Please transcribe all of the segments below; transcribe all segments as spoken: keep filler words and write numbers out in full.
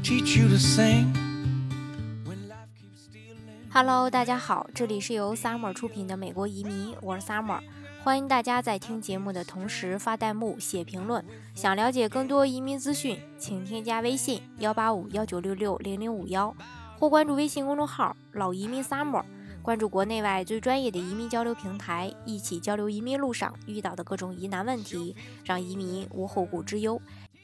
Hello， 大家好，这里是由 Summer 出品的美国移民，我是 Summer， 欢迎大家在听节目的同时发弹幕、写评论。想了解更多移民资讯，请添加微信幺八五幺九六六零零五幺，或关注微信公众号老移民 Summer， 关注国内外最专业的移民交流平台，一起交流移民路上遇到的各种疑难问题，让移民无后顾之忧。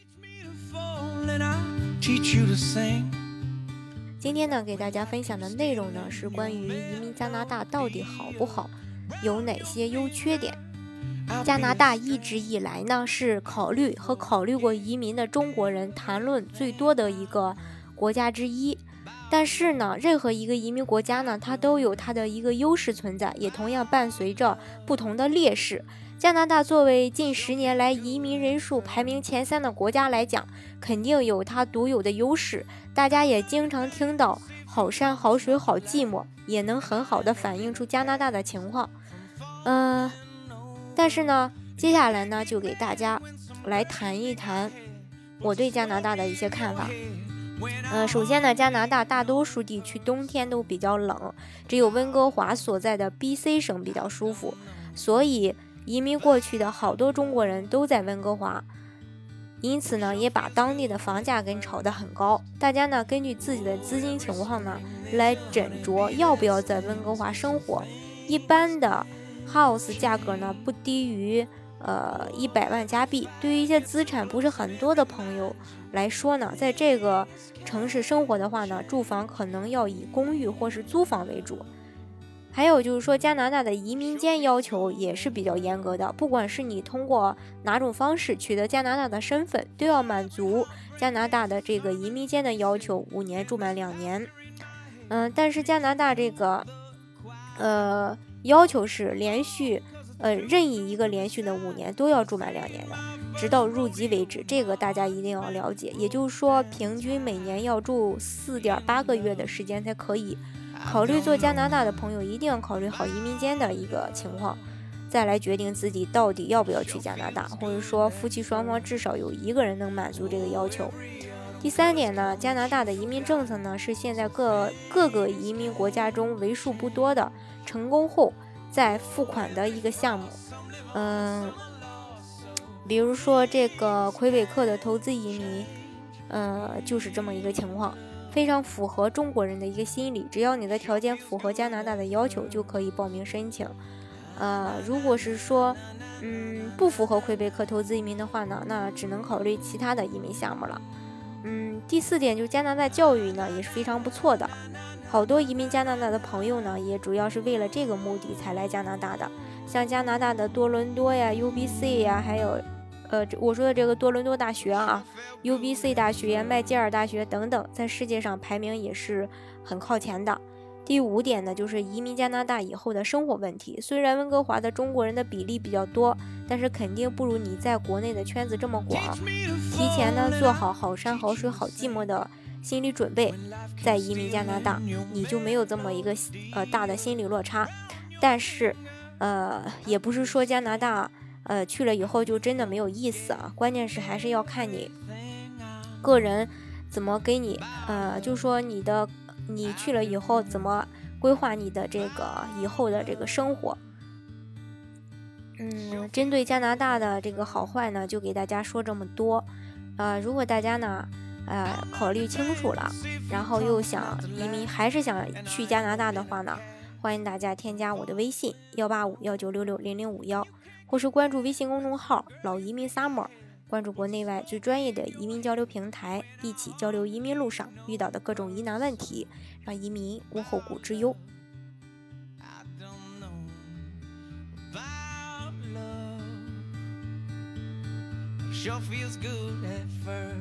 今天呢，给大家分享的内容呢，是关于移民加拿大到底好不好，有哪些优缺点。加拿大一直以来呢，是考虑和考虑过移民的中国人谈论最多的一个国家之一。但是呢，任何一个移民国家呢，它都有它的一个优势存在，也同样伴随着不同的劣势。加拿大作为近十年来移民人数排名前三的国家来讲，肯定有它独有的优势。大家也经常听到好山好水好寂寞，也能很好的反映出加拿大的情况。嗯、呃，但是呢，接下来呢，就给大家来谈一谈我对加拿大的一些看法。呃，首先呢，加拿大大多数地区冬天都比较冷，只有温哥华所在的 B C 省比较舒服，所以移民过去的好多中国人都在温哥华，因此呢，也把当地的房价给炒得很高。大家呢，根据自己的资金情况呢，来斟酌要不要在温哥华生活。一般的 house 价格呢，不低于呃一百万加币。对于一些资产不是很多的朋友来说呢，在这个城市生活的话呢，住房可能要以公寓或是租房为主。还有就是说，加拿大的移民监要求也是比较严格的，不管是你通过哪种方式取得加拿大的身份，都要满足加拿大的这个移民监的要求，五年住满两年。嗯，但是加拿大这个呃要求是连续呃任意一个连续的五年都要住满两年的，直到入籍为止，这个大家一定要了解。也就是说，平均每年要住四点八个月的时间才可以。考虑做加拿大的朋友一定要考虑好移民监的一个情况，再来决定自己到底要不要去加拿大，或者说夫妻双方至少有一个人能满足这个要求。第三点呢，加拿大的移民政策呢，是现在各各个移民国家中为数不多的成功后再付款的一个项目。嗯，比如说这个魁北克的投资移民，呃，就是这么一个情况。非常符合中国人的一个心理，只要你的条件符合加拿大的要求，就可以报名申请。呃，如果是说，嗯，不符合魁北克投资移民的话呢，那只能考虑其他的移民项目了。嗯，第四点就是加拿大教育呢也是非常不错的，好多移民加拿大的朋友呢，也主要是为了这个目的才来加拿大的，像加拿大的多伦多呀、U B C 呀，还有。呃，我说的这个多伦多大学啊 ，U B C 大学、麦吉尔大学等等，在世界上排名也是很靠前的。第五点呢，就是移民加拿大以后的生活问题。虽然温哥华的中国人的比例比较多，但是肯定不如你在国内的圈子这么广。提前呢做好好山好水好寂寞的心理准备，在移民加拿大，你就没有这么一个呃大的心理落差。但是，呃，也不是说加拿大。呃，去了以后就真的没有意思啊！关键是还是要看你个人怎么给你，呃，就说你的你去了以后怎么规划你的这个以后的这个生活。嗯，针对加拿大的这个好坏呢，就给大家说这么多。呃，如果大家呢，呃，考虑清楚了，然后又想移民，还是想去加拿大的话呢，欢迎大家添加我的微信幺八五幺九六六零零五幺。或是关注微信公众号老移民 Summer， 关注国内外最专业的移民交流平台，一起交流移民路上遇到的各种疑难问题，让移民无后顾之忧。Sure feels good at first.